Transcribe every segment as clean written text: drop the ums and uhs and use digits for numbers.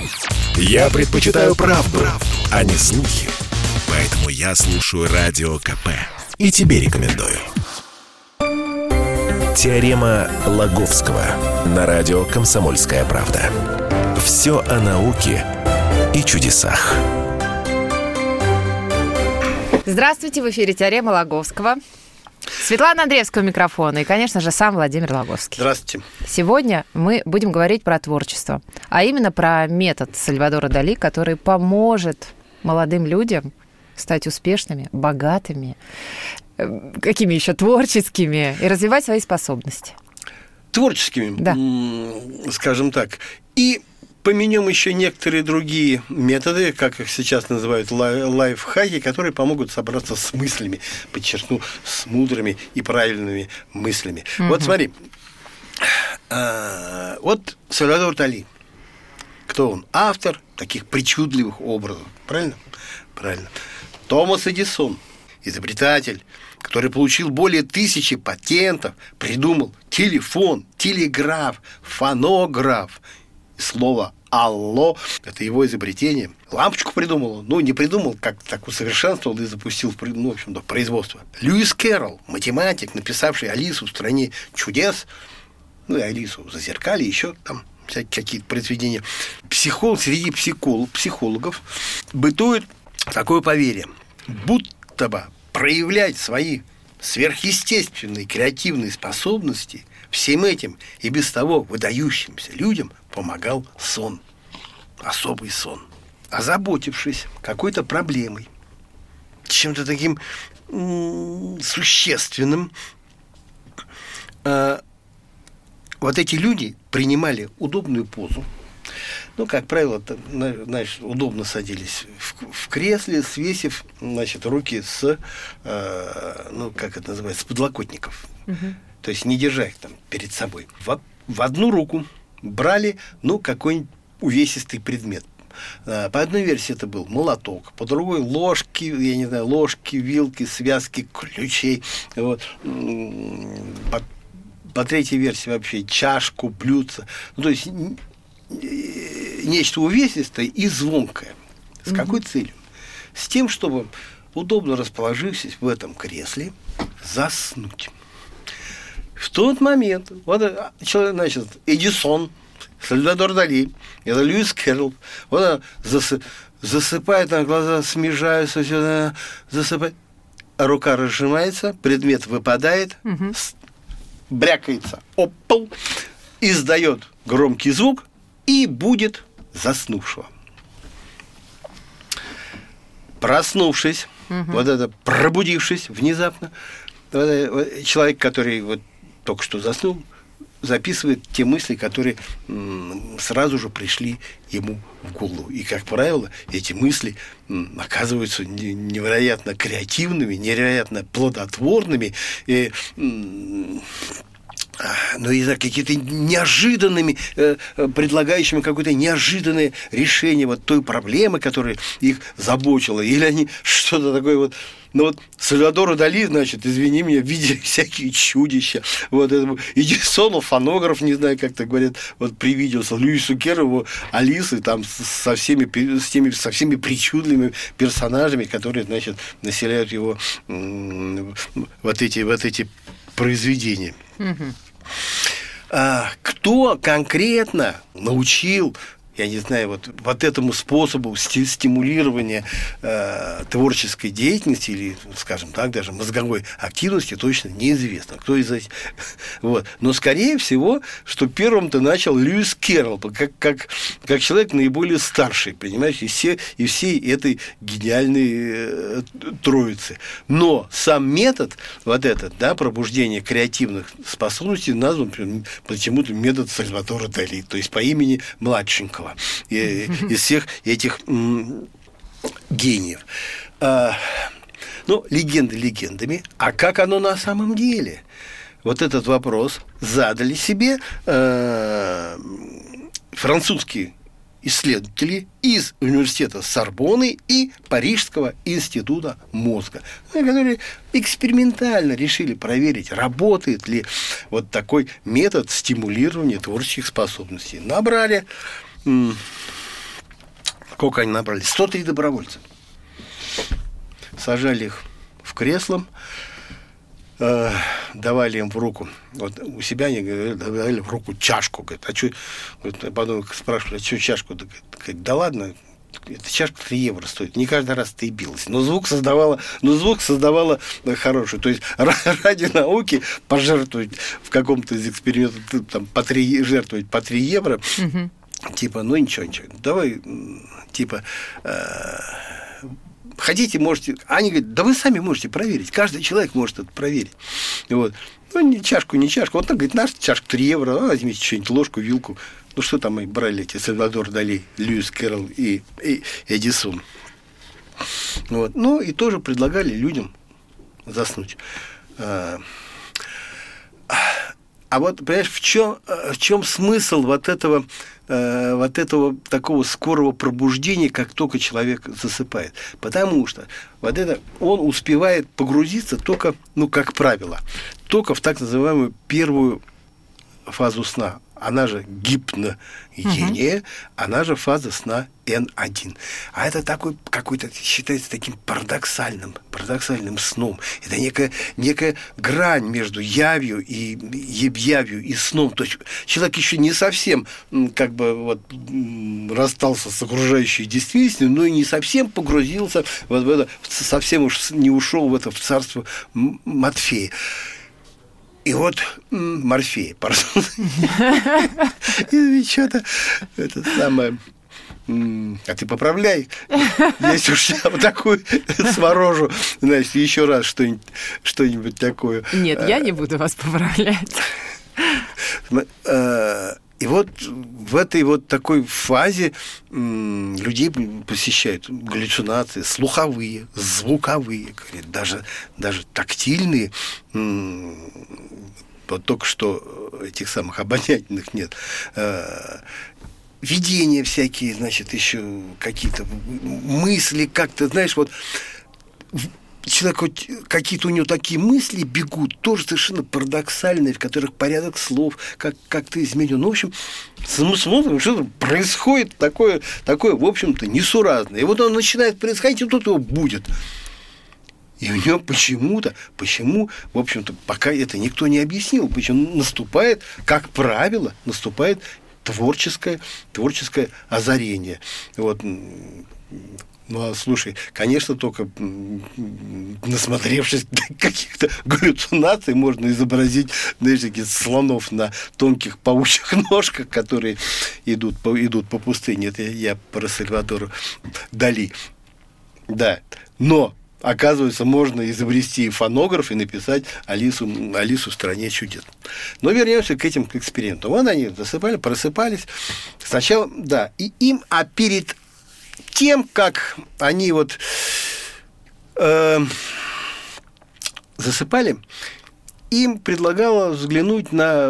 Я предпочитаю правду, а не слухи. Поэтому я слушаю Радио КП. И тебе рекомендую. Теорема Лаговского на радио «Комсомольская правда». Все о науке и чудесах. Здравствуйте, в эфире «Теорема Лаговского». Светлана Андреевская у микрофона и, конечно же, сам Владимир Лаговский. Здравствуйте. Сегодня мы будем говорить про творчество, а именно про метод Сальвадора Дали, который поможет молодым людям стать успешными, богатыми, какими еще творческими, и развивать свои способности. Творческими, да. Скажем так. И поменем еще некоторые другие методы, как их сейчас называют, лайфхаки, которые помогут собраться с мыслями, подчеркну, с мудрыми и правильными мыслями. Вот смотри, вот Сальвадор Дали. Кто он? Автор таких причудливых образов. Правильно? Правильно. Томас Эдисон, изобретатель, который получил более 1000 патентов, придумал телефон, телеграф, фонограф. Слово «алло» – это его изобретение. Лампочку придумал он. Ну, не придумал, как так усовершенствовал и запустил в общем-то, в производство. Льюис Кэрролл, математик, написавший «Алису в стране чудес», ну, и «Алису в зазеркалье», еще там какие-то произведения. Среди психологов бытует такое поверье, будто бы проявлять свои сверхъестественные креативные способности всем этим и без того выдающимся людям помогал сон, особый сон. Озаботившись какой-то проблемой, чем-то таким существенным, вот эти люди принимали удобную позу. Ну, как правило, знаешь, удобно садились в кресле, свесив, значит, руки с, как это называется, с подлокотников. То есть не держа их там перед собой. В одну руку брали, какой-нибудь увесистый предмет. По одной версии это был молоток, по другой ложки, ложки, вилки, связки ключей. Вот. По третьей версии вообще чашку, блюдце. То есть нечто увесистое и звонкое. С какой целью? С тем, чтобы, удобно расположившись в этом кресле, заснуть. В тот момент, вот человек, значит, Эдисон, Сальвадор Дали, это Льюис Кэрролл, вот она засыпает, на глаза смежаются, все, засыпает, а рука разжимается, предмет выпадает, брякается об пол, издает громкий звук и будет заснувшего. Проснувшись, пробудившись внезапно, человек, который только что заснул, записывает те мысли, которые сразу же пришли ему в голову. И, как правило, эти мысли оказываются невероятно креативными, невероятно плодотворными, какие-то неожиданными, предлагающими какое-то неожиданное решение той проблемы, которая их заботила. Или они что-то такое Сальвадору Дали, значит, извини меня, видели всякие чудища. Этому Эдисону фонограф, не знаю, как так говорят, привиделся. Льюису Кэрроллу Алисы там со всеми причудливыми персонажами, которые, значит, населяют его эти произведения. Кто конкретно научил, я не знаю, этому способу стимулирования творческой деятельности или, скажем так, даже мозговой активности, точно неизвестно. Кто из этих. Но, скорее всего, что первым-то начал Льюис Кэрролл, как человек наиболее старший, понимаешь, и всей этой гениальной троицы. Но сам метод, пробуждения креативных способностей назван почему-то метод Сальвадора Дали, то есть по имени младшенького из всех этих гениев. Легенды легендами, а как оно на самом деле? Этот вопрос задали себе французские исследователи из университета Сорбонны и Парижского института мозга, которые экспериментально решили проверить, работает ли такой метод стимулирования творческих способностей. Набрали Сколько они набрали? 103 добровольца. Сажали их в кресло, давали им в руку, вот у себя они давали в руку чашку. Говорят, а что, потом спрашивали, а что чашку? Говорит, да ладно, эта чашка 3 евро стоит, не каждый раз ты и билась. Но звук создавала хороший. То есть ради науки пожертвовать в каком-то из экспериментов там, жертвовать по 3 евро, типа, ну ничего, давай, типа... Хотите, можете... Они говорят, да вы сами можете проверить. Каждый человек может это проверить. Вот. Ну, не чашку. Вот он говорит, наша чашка 3 евро, возьмите что-нибудь, ложку, вилку. Ну, что там мы брали эти Сальвадор Дали, Льюис Кэрролл и Эдисон. Вот. Ну, и тоже предлагали людям заснуть. А вот, понимаешь, в чем смысл вот этого такого скорого пробуждения, как только человек засыпает? Потому что вот это он успевает погрузиться только, ну, как правило, только в так называемую первую фазу сна. Она же гипноедение, она же фаза сна N1. А это такой какой-то, считается таким парадоксальным сном. Это некая грань между явью и явью и сном. То есть человек еще не совсем как бы вот расстался с окружающей действительностью, но и не совсем погрузился вот в это, совсем уж не ушел в это в царство Матфея. И вот Морфея, пардон. И что-то это самое... А ты поправляй, если уж я вот такую сворожу, значит, еще раз что-нибудь такое. Нет, я не буду вас поправлять. И вот в этой вот такой фазе людей посещают галлюцинации слуховые, звуковые, даже тактильные. Вот только что этих самых обонятельных нет. Видения всякие, значит, еще какие-то мысли, как-то, знаешь, вот... Человек, какие-то у него такие мысли бегут, тоже совершенно парадоксальные, в которых порядок слов как-то изменен. Ну, в общем, смотрим, что происходит такое, в общем-то, несуразное. И вот он начинает происходить, и тут его будет. И у него почему, в общем-то, пока это никто не объяснил, почему наступает, как правило, творческое озарение. Вот. Ну, а слушай, конечно, только насмотревшись каких-то галлюцинаций, можно изобразить, знаешь, таких слонов на тонких паучьих ножках, которые идут по пустыне. Это я про Сальвадора Дали. Да, но, оказывается, можно изобрести фонограф и написать Алису в стране чудес. Но вернемся к этим экспериментам. Вон они засыпали, просыпались. Сначала, да, и им, а перед тем, как они вот засыпали, им предлагало взглянуть на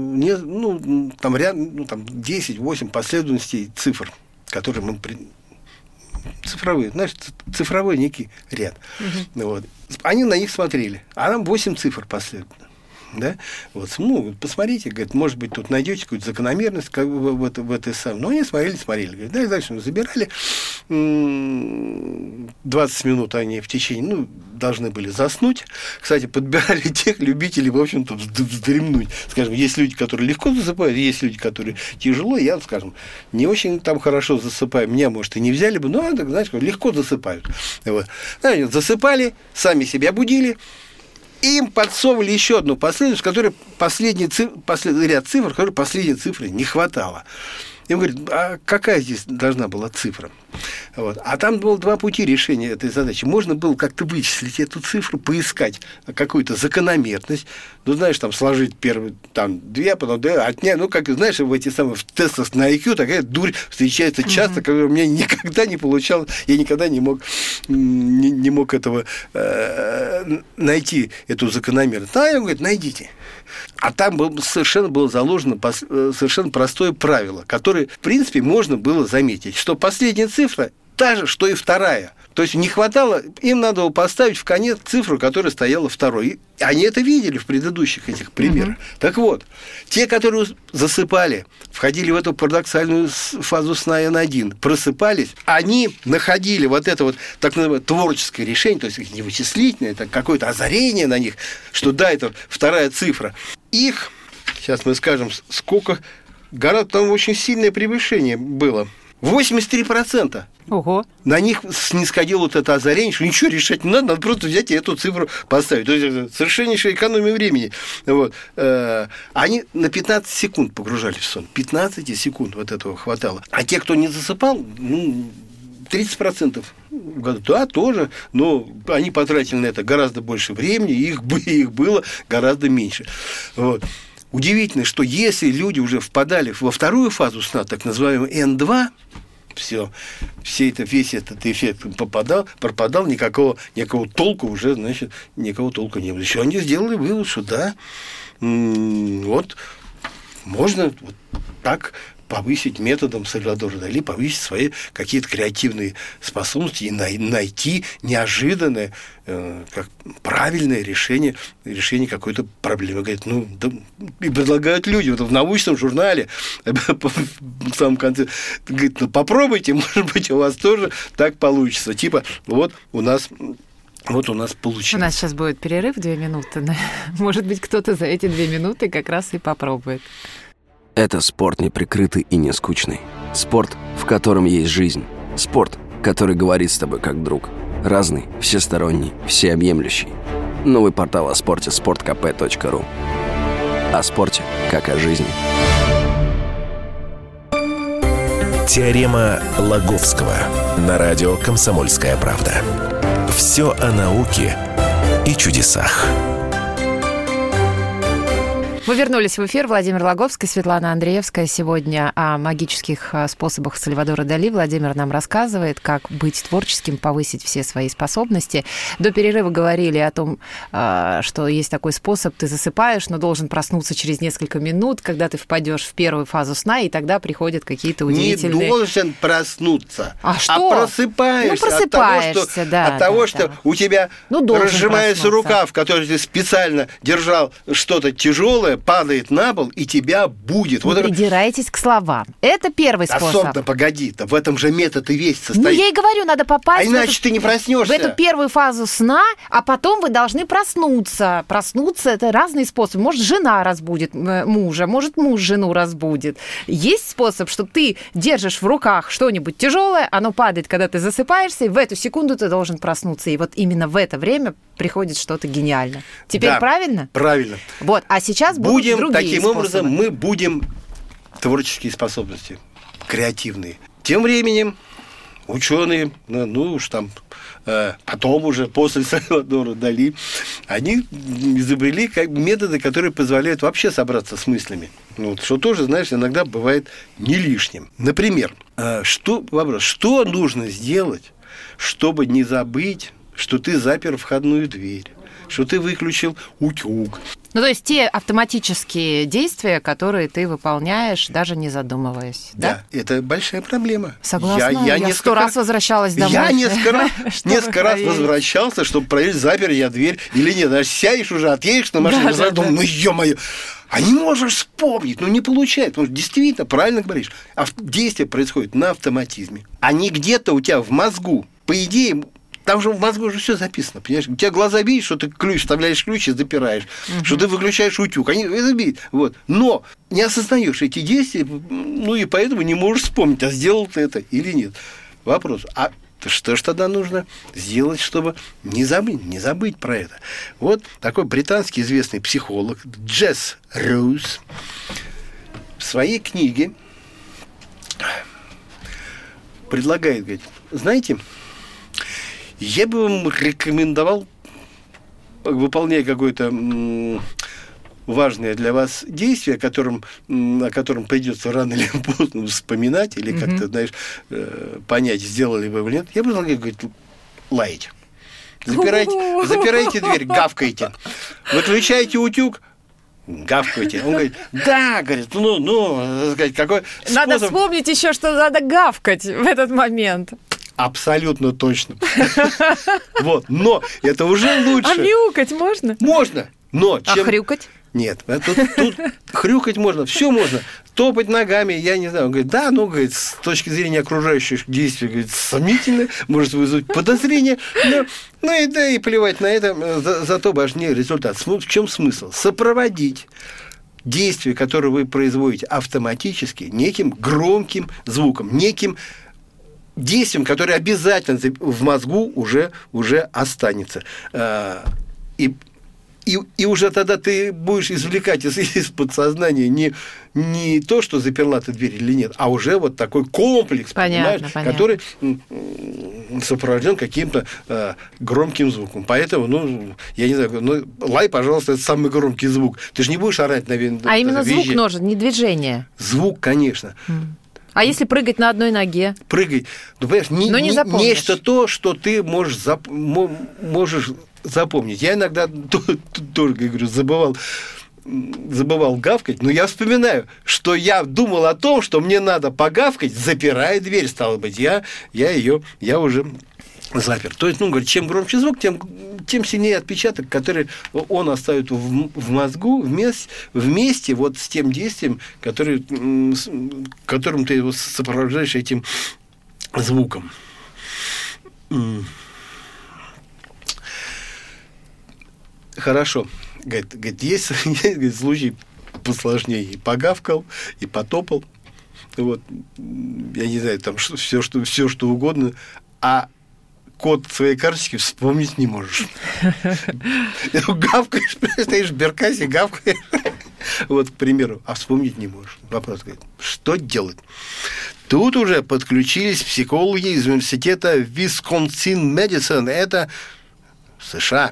10-8 последовательностей цифр, которые мы цифровые, знаешь, цифровой некий ряд. Вот. Они на них смотрели, а там 8 цифр последовательно. Да? Вот, посмотрите, говорит, может быть, тут найдете какую-то закономерность в этой самой. Но они смотрели. Говорит, да, дальше мы забирали. 20 минут они в течение, должны были заснуть. Кстати, подбирали тех любителей, в общем-то, вздремнуть. Скажем, есть люди, которые легко засыпают, есть люди, которые тяжело. Я, скажем, не очень там хорошо засыпаю. Меня, может, и не взяли бы, но, знаешь, легко засыпают. Вот. Они засыпали, сами себя будили. Им подсовывали еще одну последовательность, в которой последний ряд цифр, в которой последней цифры не хватало. Им говорят, а какая здесь должна была цифра? Вот. А там было 2 пути решения этой задачи. Можно было как-то вычислить эту цифру, поискать какую-то закономерность. Знаешь, там сложить первые 2, потом 2, отнять. Как знаешь, в этих самых тестах на IQ такая дурь встречается часто, которая у меня никогда не получалась. Я никогда не мог этого найти, эту закономерность. А я говорю, найдите. А там совершенно было заложено совершенно простое правило, которое, в принципе, можно было заметить, что последняя цифра та же, что и вторая. То есть не хватало, им надо было поставить в конец цифру, которая стояла второй. И они это видели в предыдущих этих примерах. Так вот, те, которые засыпали, входили в эту парадоксальную фазу сна N1, просыпались, они находили вот это вот так называемое творческое решение, то есть не вычислительное, это какое-то озарение на них, что да, это вторая цифра. Их, сейчас мы скажем, сколько, гораздо там очень сильное превышение было. 83%. Ого. На них снисходило вот это озарение, что ничего решать не надо просто взять и эту цифру поставить. То есть это совершеннейшая экономия времени. Вот. Они на 15 секунд погружались в сон. 15 секунд вот этого хватало. А те, кто не засыпал, 30% в году. Да, тоже, но они потратили на это гораздо больше времени, их было гораздо меньше. Вот. Удивительно, что если люди уже впадали во вторую фазу сна, так называемую N2, весь этот эффект пропадал, никакого толку уже, значит, никакого толка не было. Еще они сделали вывод, что да, вот можно вот так повысить методом Сальвадора Дали, повысить свои какие-то креативные способности и найти неожиданное, как правильное решение какой-то проблемы. Говорят, и предлагают люди в научном журнале в самом конце, говорит, попробуйте, может быть, у вас тоже так получится. Типа, вот у нас получилось. У нас сейчас будет перерыв 2 минуты. Может быть, кто-то за эти 2 минуты как раз и попробует. Это спорт неприкрытый и не скучный. Спорт, в котором есть жизнь. Спорт, который говорит с тобой как друг. Разный, всесторонний, всеобъемлющий. Новый портал о спорте – sportkp.ru. О спорте, как о жизни. Теорема Лаговского на радио «Комсомольская правда». Все о науке и чудесах. Мы вернулись в эфир. Владимир Лаговский, Светлана Андреевская. Сегодня о магических способах Сальвадора Дали. Владимир нам рассказывает, как быть творческим, повысить все свои способности. До перерыва говорили о том, что есть такой способ. Ты засыпаешь, но должен проснуться через несколько минут, когда ты впадешь в первую фазу сна, и тогда приходят какие-то удивительные... Не должен проснуться, что? Просыпаешься. От того, что у тебя разжимается рука, в которой ты специально держал что-то тяжелое, падает на пол, и тебя будет. Вы придираетесь к словам. Это первый способ. Особенно, погоди, в этом же метод и весь состоит. Я и говорю, надо попасть иначе ты не проснешься. В эту первую фазу сна, а потом вы должны проснуться. Проснуться – это разные способы. Может, жена разбудит мужа, может, муж жену разбудит. Есть способ, что ты держишь в руках что-нибудь тяжелое, оно падает, когда ты засыпаешься, и в эту секунду ты должен проснуться. И вот именно в это время приходит что-то гениальное. Теперь правильно? Правильно. Вот, а сейчас будем другие таким способы. Образом, мы будем творческие способности, креативные. Тем временем ученые, потом уже после Сальвадора Дали, они изобрели методы, которые позволяют вообще собраться с мыслями. Что тоже, знаешь, иногда бывает не лишним. Например, что нужно сделать, чтобы не забыть, что ты запер входную дверь, что ты выключил утюг. То есть те автоматические действия, которые ты выполняешь, даже не задумываясь, да? Да, это большая проблема. Согласна. Я 100 раз возвращалась домой. Я несколько раз возвращался, чтобы проверить, запер я дверь или нет. Даже сядешь уже, отъедешь на машине, думаю, ё-моё, а не можешь вспомнить, не получается. Потому что действительно, правильно говоришь, действие происходит на автоматизме. А не где-то у тебя в мозгу. По идее, там же в мозгу уже все записано, понимаешь? У тебя глаза видят, что ты вставляешь ключ и запираешь, что ты выключаешь утюг. Они это видят. Вот. Но не осознаешь эти действия, и поэтому не можешь вспомнить, а сделал ты это или нет. Вопрос, а что же тогда нужно сделать, чтобы не забыть про это? Вот такой британский известный психолог Джесс Роуз в своей книге предлагает, говорит, знаете, я бы вам рекомендовал, выполняя какое-то важное для вас действие, о котором придется рано или поздно вспоминать, или как-то, знаешь, понять, сделали вы или нет, я бы предлагаю, говорит, лаять. Запирайте дверь, гавкайте. Выключайте утюг, гавкайте. Он говорит, да, говорит, какой надо способ... вспомнить еще, что надо гавкать в этот момент. Абсолютно точно. Вот, но это уже лучше. А мяукать можно? Можно, но... А хрюкать? Нет, тут хрюкать можно, все можно. Топать ногами, я не знаю. Он говорит, да, ну, говорит, с точки зрения окружающих действий, говорит, сомнительно, может вызвать подозрение, но и плевать на это, зато важнее результат. В чем смысл? Сопроводить действия, которые вы производите автоматически, неким громким звуком, неким действием, которое обязательно в мозгу уже останется. И уже тогда ты будешь извлекать из подсознания не то, что заперла ты дверь или нет, а уже вот такой комплекс, понятно. Который сопровожден каким-то громким звуком. Поэтому, я не знаю, лай, пожалуйста, это самый громкий звук. Ты же не будешь орать на визжать. А именно звук нужен, не движение. Звук, конечно. А если прыгать на одной ноге? Прыгать. Ну, понимаешь, нечто то, что ты можешь запомнить. Я иногда тоже, говорю, забывал гавкать, но я вспоминаю, что я думал о том, что мне надо погавкать, запирая дверь, стало быть, я уже запер. То есть, говорит, чем громче звук, тем сильнее отпечаток, который он оставит в мозгу вместе вот с тем действием, которым ты его сопровождаешь этим звуком. Хорошо. Говорит, есть случай посложнее. И погавкал, и потопал. Вот. Я не знаю, там все, что угодно. А код своей карточки вспомнить не можешь. Гавкаешь, стоишь в Беркасе, гавкаешь. Вот, к примеру. А вспомнить не можешь. Вопрос, говорит, что делать? Тут уже подключились психологи из университета Висконсин-Мэдисон. Это США.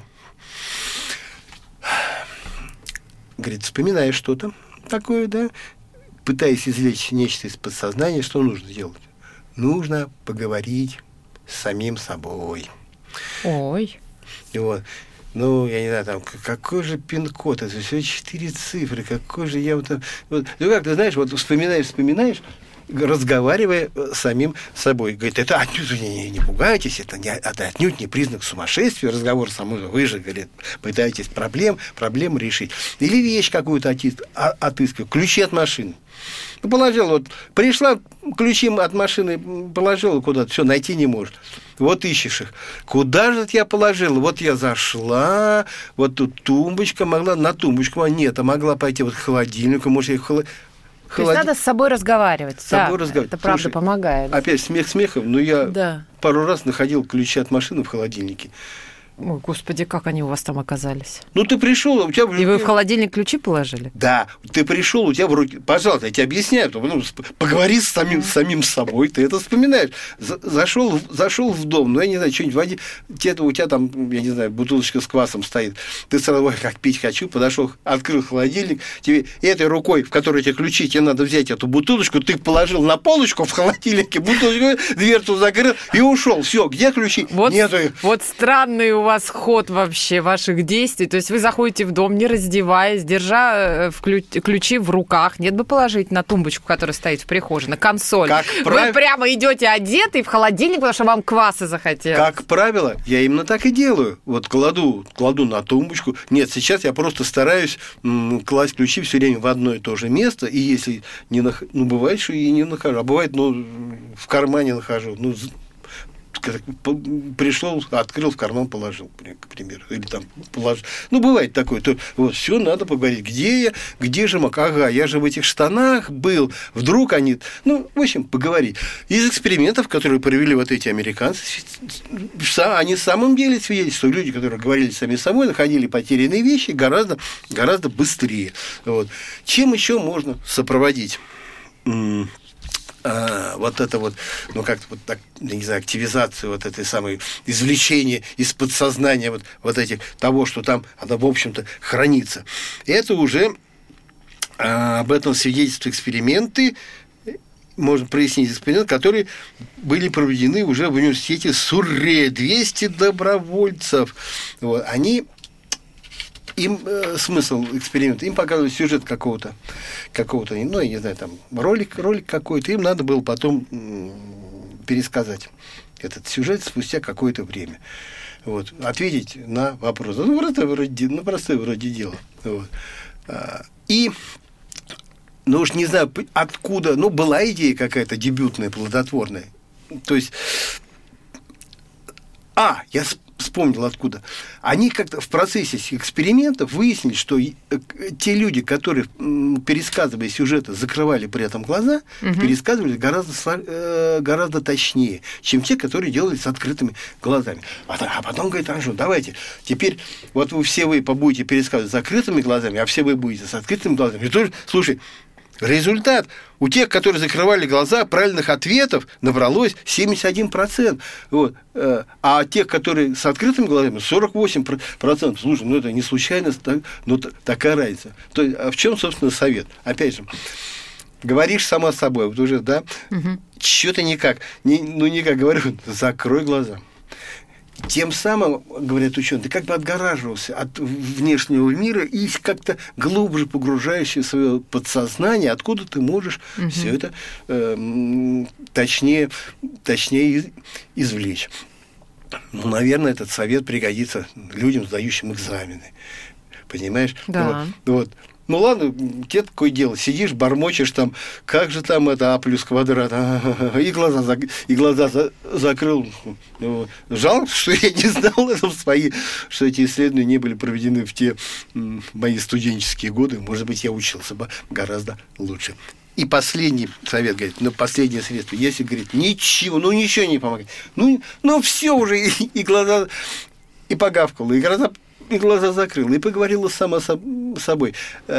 Говорит, вспоминаешь что-то такое, да, пытаясь извлечь нечто из подсознания, что нужно делать? Нужно поговорить с самим собой. Ой. И вот. Я не знаю, там, какой же пин-код, это все 4 цифры, какой же я вот... как ты знаешь, вот вспоминаешь, разговаривая с самим собой. Говорит, это отнюдь не пугайтесь, это отнюдь не признак сумасшествия, разговор со мной, вы же, говорит, пытаетесь проблему решить. Или вещь какую-то отыскивать, ключи от машины. Положил, пришла, ключи от машины положила куда-то, все, найти не может. Вот ищешь их. Куда же я положила? Вот я зашла, вот тут тумбочка, могла на тумбочку, а могла пойти вот к холодильнику, может, я То есть надо с собой разговаривать. Это правда. Слушай, помогает. Опять смех смехом, но я пару раз находил ключи от машины в холодильнике. Ой, господи, как они у вас там оказались? Ты пришел, у тебя... И вы в холодильник ключи положили? Да, ты пришел, у тебя в руке... Пожалуйста, я тебе объясняю, поговори с самим собой, ты это вспоминаешь. Зашел в дом, я не знаю, что-нибудь води, у тебя там, я не знаю, бутылочка с квасом стоит, ты сразу, как пить хочу, подошел, открыл холодильник, тебе этой рукой, в которой эти ключи, тебе надо взять эту бутылочку, ты положил на полочку в холодильнике, бутылочку, дверцу закрыл и ушел. Все, где ключи? Нету их. Вот странный у вас ход вообще ваших действий. То есть вы заходите в дом, не раздеваясь, держа ключи в руках. Нет бы положить на тумбочку, которая стоит в прихожей, на консоль. Вы прямо идете одетый в холодильник, потому что вам кваса захотелось. Как правило, я именно так и делаю. Вот кладу на тумбочку. Нет, сейчас я просто стараюсь класть ключи все время в одно и то же место. И если не бывает, что и не нахожу. А бывает, в кармане нахожу. Пришел, открыл, в карман положил, к примеру. Или там положил. Бывает такое. Все, надо поговорить. Где же мог? Ага, я же в этих штанах был. Вдруг они... в общем, поговорить. Из экспериментов, которые провели вот эти американцы, они в самом деле свидетельствуют, что люди, которые говорили сами собой, находили потерянные вещи гораздо, гораздо быстрее. Чем еще можно сопроводить вот это как-то так, я не знаю, активизацию вот этой самой, извлечения из подсознания вот этих, того, что там оно, в общем-то, хранится. Это уже об этом свидетельствуют эксперименты, можно прояснить эксперименты, которые были проведены уже в университете Сурре. 200 добровольцев. Они... Им смысл эксперимента, им показывают сюжет какого-то, я не знаю, там ролик какой-то, им надо было потом пересказать этот сюжет спустя какое-то время. Вот. Ответить на вопрос. Ну, простое вроде дело. Вот. И, ну уж не знаю, откуда, ну, была идея какая-то дебютная, плодотворная. То есть, я вспомнил откуда. Они как-то в процессе экспериментов выяснили, что те люди, которые, пересказывая сюжеты, закрывали при этом глаза, пересказывали гораздо точнее, чем те, которые делали с открытыми глазами. А потом говорит, давайте, теперь вот вы будете пересказывать с закрытыми глазами, а все вы будете с открытыми глазами. И тоже, слушай, результат у тех, которые закрывали глаза, правильных ответов набралось 71%. Вот. А тех, которые с открытыми глазами, 48%. Слушай, это не случайность, такая разница. То есть, в чем, собственно, совет? Опять же, говоришь сама с собой, вот уже, да, что-то никак, никак говорю, закрой глаза. Тем самым, говорят ученые, ты как бы отгораживался от внешнего мира и как-то глубже погружаешься в свое подсознание, откуда ты можешь все это точнее извлечь. Ну, наверное, этот совет пригодится людям, сдающим экзамены. Понимаешь? Да. Вот. Ну ладно, тебе такое дело. Сидишь, бормочешь там, как же там это А плюс квадрат, и глаза закрыл. Жалко, что я не знал что эти исследования не были проведены в те мои студенческие годы. Может быть, я учился бы гораздо лучше. И последний совет, говорит, последнее средство. Если, говорит, ничего не помогает. Все уже, и глаза, и погавкало, и глаза закрыла, и поговорила сама с собой,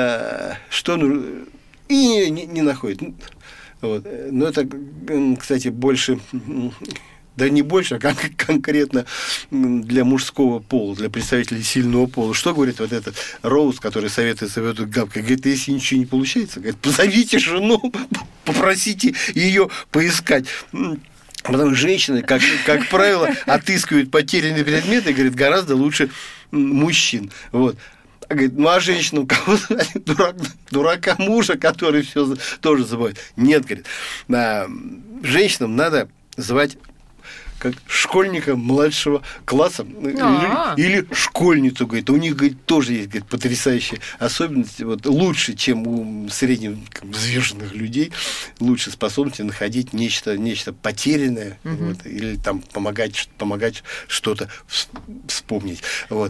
что и не находит. Вот. Но это, кстати, больше, да не больше, а конкретно для мужского пола, для представителей сильного пола. Что говорит вот этот Роуз, который советует Габка? Говорит, если ничего не получается, говорит, позовите жену, попросите ее поискать. Потому что женщины, как правило, отыскивают потерянные предметы, говорит, гораздо лучше мужчин. Вот. Говорит, а женщинам кого-то дурака мужа, который все тоже забывает. Нет, говорит, женщинам надо звать как школьника младшего класса или школьницу, говорит. У них, говорит, тоже есть, говорит, потрясающие особенности, вот, лучше, чем у средневзвешенных людей, лучше способности находить нечто потерянное, вот, или там помогать что-то вспомнить. Вот.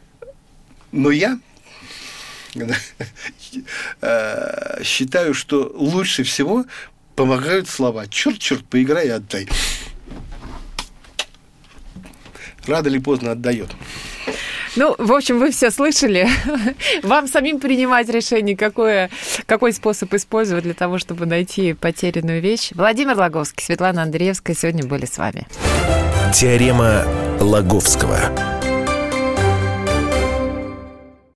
Но я считаю, что лучше всего помогают слова «черт, поиграй и отдай». Рано или поздно отдает. Ну, в общем, вы все слышали. Вам самим принимать решение, какой способ использовать для того, чтобы найти потерянную вещь. Владимир Логовский, Светлана Андреевская сегодня были с вами. Теорема Логовского.